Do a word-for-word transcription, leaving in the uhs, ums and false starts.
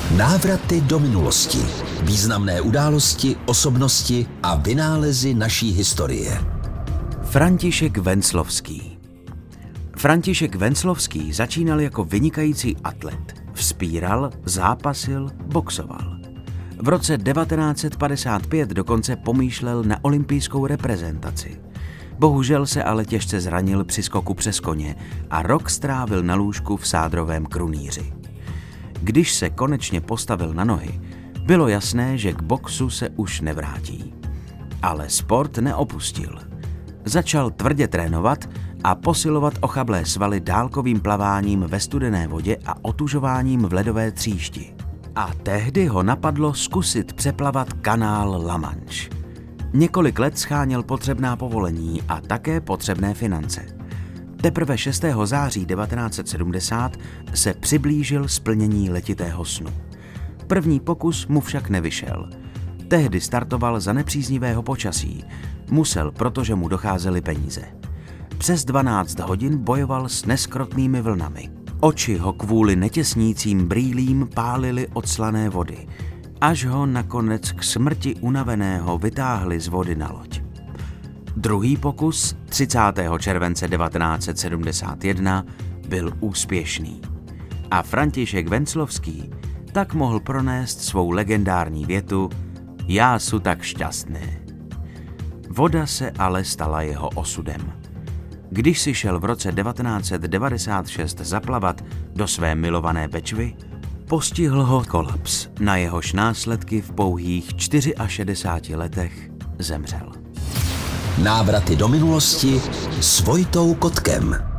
Návraty do minulosti. Významné události, osobnosti a vynálezy naší historie. František Venclovský. František Venclovský začínal jako vynikající atlet. Vzpíral, zápasil, boxoval. V roce devatenáct set padesát pět dokonce pomýšlel na olympijskou reprezentaci. Bohužel se ale těžce zranil při skoku přes koně a rok strávil na lůžku v sádrovém krunýři. Když se konečně postavil na nohy, bylo jasné, že k boxu se už nevrátí. Ale sport neopustil. Začal tvrdě trénovat a posilovat ochablé svaly dálkovým plaváním ve studené vodě a otužováním v ledové tříšti. A tehdy ho napadlo zkusit přeplavat kanál La Manche. Několik let scháněl potřebná povolení a také potřebné finance. Teprve šestého září devatenáct set sedmdesát se přiblížil splnění letitého snu. První pokus mu však nevyšel. Tehdy startoval za nepříznivého počasí. Musel, protože mu docházely peníze. Přes dvanáct hodin bojoval s neskrotnými vlnami. Oči ho kvůli netěsnícím brýlím pálily od slané vody, až ho nakonec k smrti unaveného vytáhli z vody na loď. Druhý pokus třicátého července devatenáct set sedmdesát jedna byl úspěšný. A František Venclovský tak mohl pronést svou legendární větu "Já su tak šťastný". Voda se ale stala jeho osudem. Když si šel v roce devatenáct set devadesát šest zaplavat do své milované Bečvy, postihl ho kolaps, na jehož následky v pouhých šedesáti čtyřech letech zemřel. Návraty do minulosti s Vojtou Kotkem.